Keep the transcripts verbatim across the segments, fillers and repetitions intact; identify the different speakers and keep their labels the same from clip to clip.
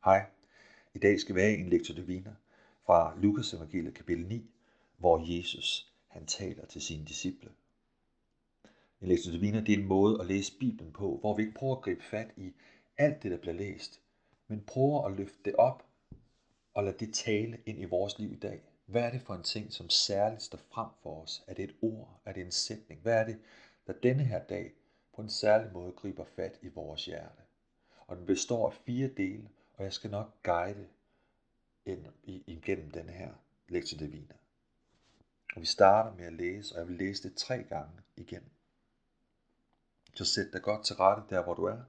Speaker 1: Hej, i dag skal vi have en Lectio Divina fra Lukas evangeliet kapitel ni, hvor Jesus han taler til sine disciple. En Lectio Divina det er en måde at læse Bibelen på, hvor vi ikke prøver at gribe fat i alt det, der bliver læst, men prøver at løfte det op og lade det tale ind i vores liv i dag. Hvad er det for en ting, som særligt står frem for os? Er det et ord? Er det en sætning? Hvad er det, der denne her dag på en særlig måde griber fat i vores hjerte? Og den består af fire dele, og jeg skal nok guide ind igennem denne her Lectio Divina. Og vi starter med at læse, og jeg vil læse det tre gange igen. Så sæt dig godt til rette der, hvor du er,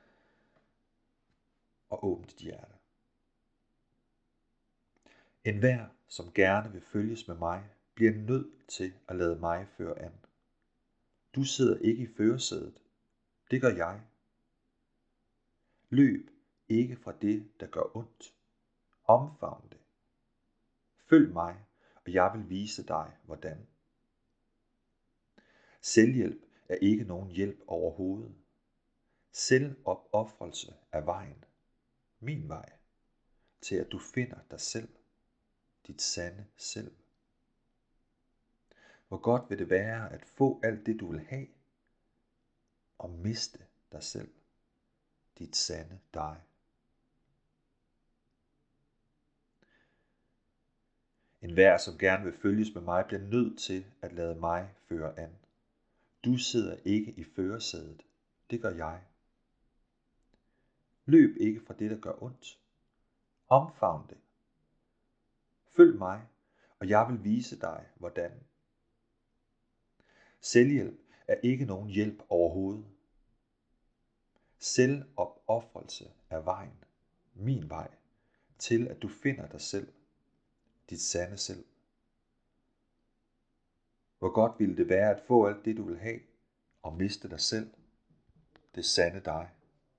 Speaker 1: og åbn dit hjerte. Enhver, som gerne vil følges med mig, bliver nødt til at lade mig føre an. Du sidder ikke i førersædet. Det gør jeg. Løb ikke fra det, der gør ondt. Omfavn det. Følg mig, og jeg vil vise dig, hvordan. Selvhjælp er ikke nogen hjælp overhovedet. Selvopoffrelse er vejen, min vej, til at du finder dig selv, dit sande selv. Hvor godt vil det være at få alt det, du vil have, og miste dig selv, dit sande dig. Enhver, som gerne vil følges med mig, bliver nødt til at lade mig føre an. Du sidder ikke i førersædet, det gør jeg. Løb ikke fra det, der gør ondt. Omfavn det. Følg mig, og jeg vil vise dig, hvordan. Selvhjælp er ikke nogen hjælp overhovedet. Selvopoffrelse er vejen, min vej, til at du finder dig selv, dit sande selv. Hvor godt ville det være at få alt det, du vil have, og miste dig selv, det sande dig.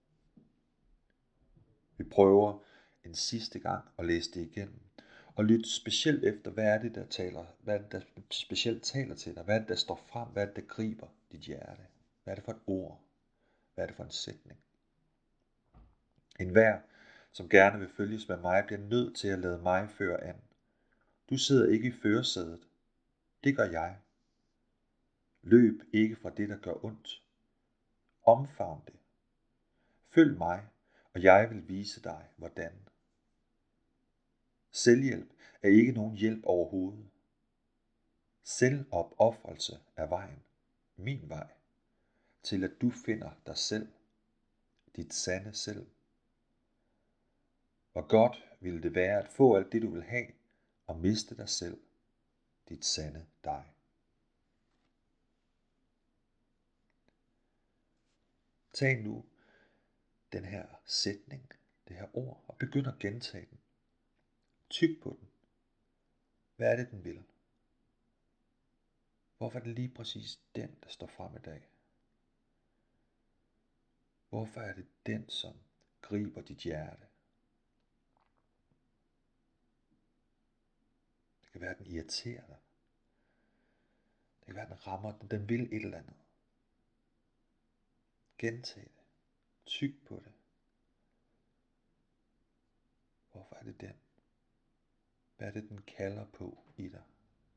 Speaker 1: Vi prøver en sidste gang at læse det igennem, og lyt specielt efter, hvad er det, der taler, hvad er det, der specielt taler til dig, hvad er det, der står frem, hvad er det, der griber dit hjerte, hvad er det for et ord, hvad er det for en sætning. Enhver, som gerne vil følges med mig, bliver nødt til at lade mig føre an. Du sidder ikke i førersædet, det gør jeg. Løb ikke fra det, der gør ondt. Omfavn det. Følg mig, og jeg vil vise dig, hvordan. Selvhjælp er ikke nogen hjælp overhovedet. Selvopoffrelse er vejen, min vej, til at du finder dig selv, dit sande selv. Hvor godt ville det være at få alt det, du vil have, og miste dig selv, dit sande dig. Tag nu den her sætning, det her ord, og begynd at gentage den. Tyg på den. Hvad er det, den vil? Hvorfor er det lige præcis den, der står frem i dag? Hvorfor er det den, som griber dit hjerte? Det kan være, at den irriterer dig. Det kan være, at den rammer den. Den vil et eller andet. Gentag det. Tyg på det. Hvorfor er det den? Hvad er det, den kalder på i dig?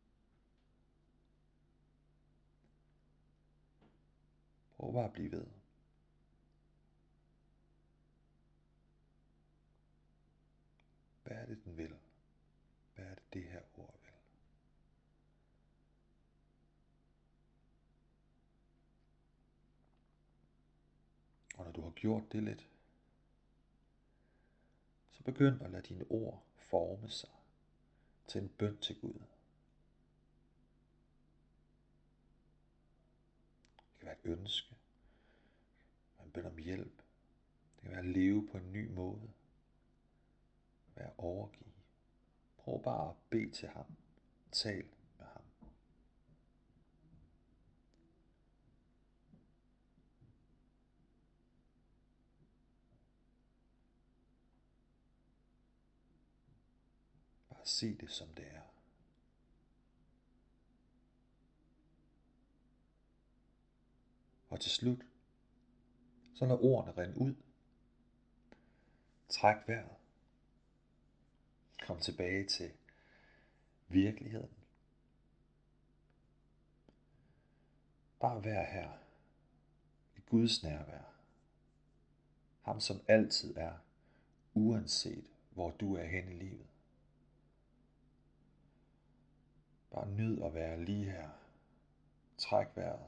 Speaker 1: Prøv bare at blive ved. Hvad er det, den vil? Hvad er det, det her ord vil? Og når du har gjort det lidt, så begynd at lade dine ord forme sig til en bøn til Gud. Det kan være et ønske, en bøn om hjælp. Det kan være at leve på en ny måde. Være at overgive. Prøv bare at bede til ham. Tal med ham. Bare sig det, som det er. Og til slut, så lad ordene rinde ud. Træk vejret. Kom tilbage til virkeligheden. Bare vær her i Guds nærvær. Ham som altid er, uanset hvor du er henne i livet. Bare nyd at være lige her. Træk vejret.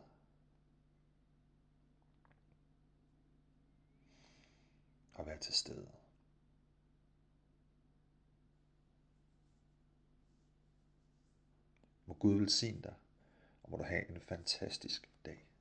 Speaker 1: Og vær til stede. Må Gud velsigne dig, og må du have en fantastisk dag.